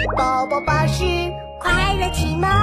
宝宝巴士快乐启蒙。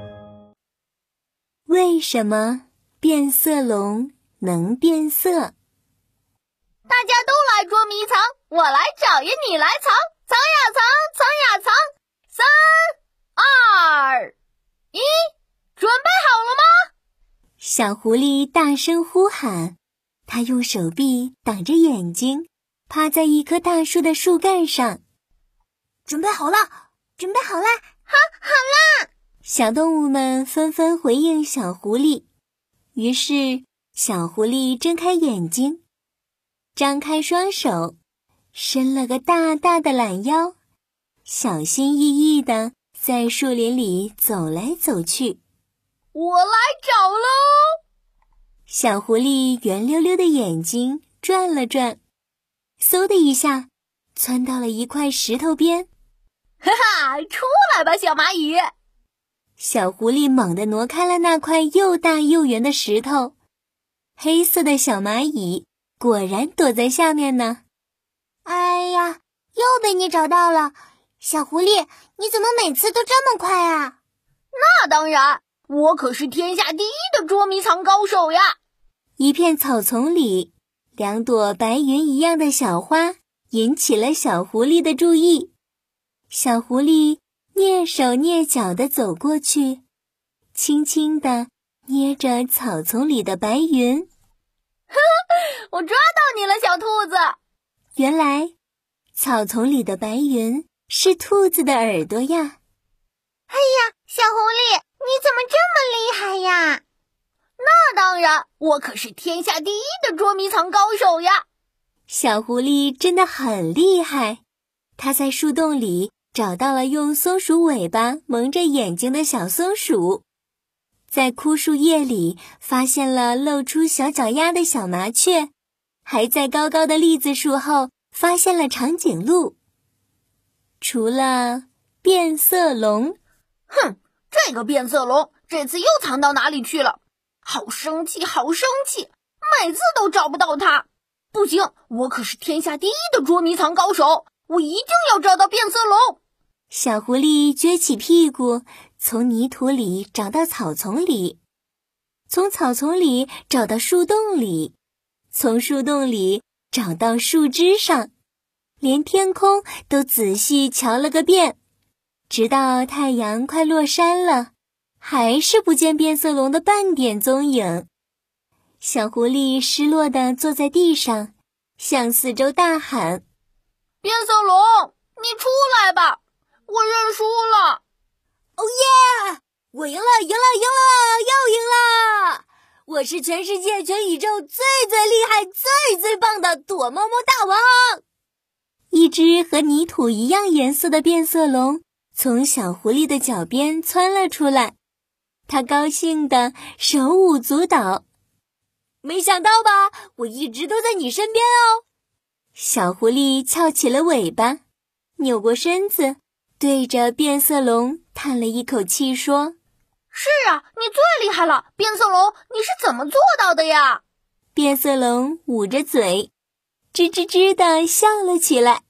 为什么变色龙能变色？ 大家都来捉迷藏，我来找呀，你来藏，藏呀藏，藏呀藏。3、2、1，准备好了吗？ 小狐狸大声呼喊，它用手臂挡着眼睛，趴在一棵大树的树干上。 准备好了，准备好了， 好啦！ 小动物们纷纷回应小狐狸。于是，小狐狸睁开眼睛，张开双手，伸了个大大的懒腰，小心翼翼地在树林里走来走去。 我来找喽！ 小狐狸圆溜溜的眼睛转了转，嗖的一下窜到了一块石头边。 哈哈，出来吧，小蚂蚁！ 小狐狸猛地挪开了那块又大又圆的石头，黑色的小蚂蚁果然躲在下面呢。 哎呀，又被你找到了，小狐狸，你怎么每次都这么快啊？ 那当然，我可是天下第一的捉迷藏高手呀！ 一片草丛里，两朵白云一样的小花引起了小狐狸的注意。小狐狸蹑手蹑脚地走过去，轻轻地捏着草丛里的白云。 我抓到你了，小兔子！ 原来，草丛里的白云是兔子的耳朵呀！ 哎呀，小狐狸，你怎么这么厉害呀？ 那当然，我可是天下第一的捉迷藏高手呀！ 小狐狸真的很厉害，它在树洞里找到了用松鼠尾巴蒙着眼睛的小松鼠，在枯树叶里发现了露出小脚丫的小麻雀，还在高高的栗子树后发现了长颈鹿。除了变色龙， 哼，这个变色龙这次又藏到哪里去了？好生气，好生气，每次都找不到它。不行，我可是天下第一的捉迷藏高手，我一定要找到变色龙。 小狐狸撅起屁股，从泥土里找到草丛里，从草丛里找到树洞里，从树洞里找到树枝上，连天空都仔细瞧了个遍，直到太阳快落山了，还是不见变色龙的半点踪影。小狐狸失落地坐在地上，向四周大喊： 变色龙，你出来吧！我认输了！ 哦耶！我赢了，赢了，赢了，又赢了！我是全世界、全宇宙最厉害、最棒的躲猫猫大王！ 一只和泥土一样颜色的变色龙从小狐狸的脚边窜了出来，它高兴地手舞足蹈。 没想到吧，我一直都在你身边哦！ 小狐狸翘起了尾巴，扭过身子，对着变色龙叹了一口气说： 是啊，你最厉害了，变色龙，你是怎么做到的呀？ 变色龙捂着嘴，吱吱吱地笑了起来。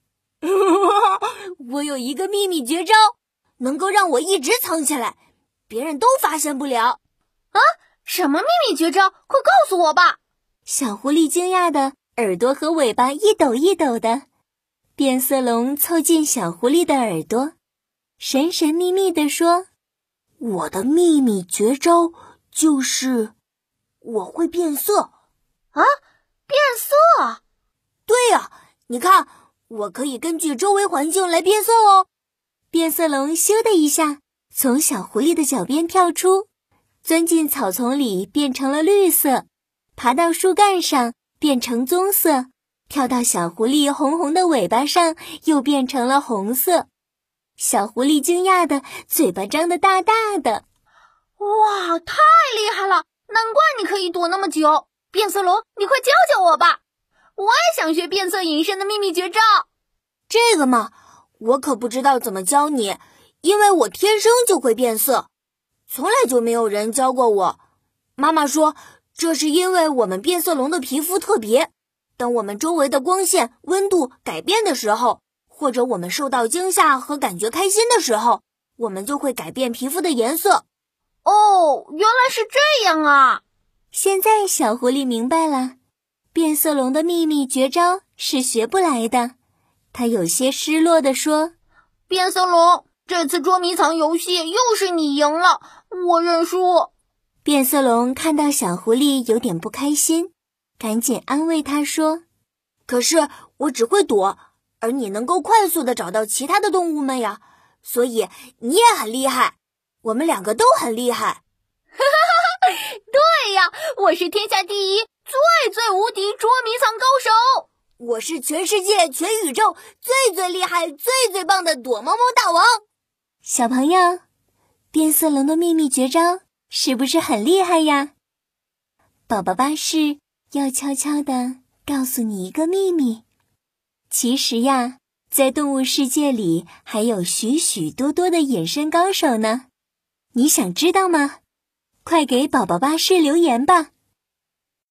我有一个秘密绝招，能够让我一直藏起来，别人都发现不了。 啊，什么秘密绝招？快告诉我吧！ 小狐狸惊讶的耳朵和尾巴一抖一抖的。变色龙凑近小狐狸的耳朵，神神秘秘地说： 我的秘密绝招就是我会变色。 啊，变色？ 对呀，你看，我可以根据周围环境来变色哦。 变色龙咻的一下从小狐狸的脚边跳出，钻进草丛里变成了绿色，爬到树干上变成棕色，跳到小狐狸红红的尾巴上又变成了红色。小狐狸惊讶的嘴巴张得大大的。 哇，太厉害了，难怪你可以躲那么久。变色龙，你快教教我吧，我也想学变色隐身的秘密绝招。 这个嘛，我可不知道怎么教你，因为我天生就会变色，从来就没有人教过我。妈妈说，这是因为我们变色龙的皮肤特别，当我们周围的光线、温度改变的时候， 或者我们受到惊吓和感觉开心的时候，我们就会改变皮肤的颜色。 哦，原来是这样啊！ 现在小狐狸明白了，变色龙的秘密绝招是学不来的。他有些失落地说： 变色龙，这次捉迷藏游戏又是你赢了，我认输。 变色龙看到小狐狸有点不开心，赶紧安慰他说： 可是我只会躲，而你能够快速地找到其他的动物们呀，所以你也很厉害，我们两个都很厉害。 对呀，我是天下第一最无敌捉迷藏高手， 我是全世界全宇宙最厉害最棒的躲猫猫大王。 小朋友，变色龙的秘密绝招是不是很厉害呀？宝宝巴士要悄悄地告诉你一个秘密，其实呀，在动物世界里还有许许多多的隐身高手呢，你想知道吗？快给宝宝巴士留言吧。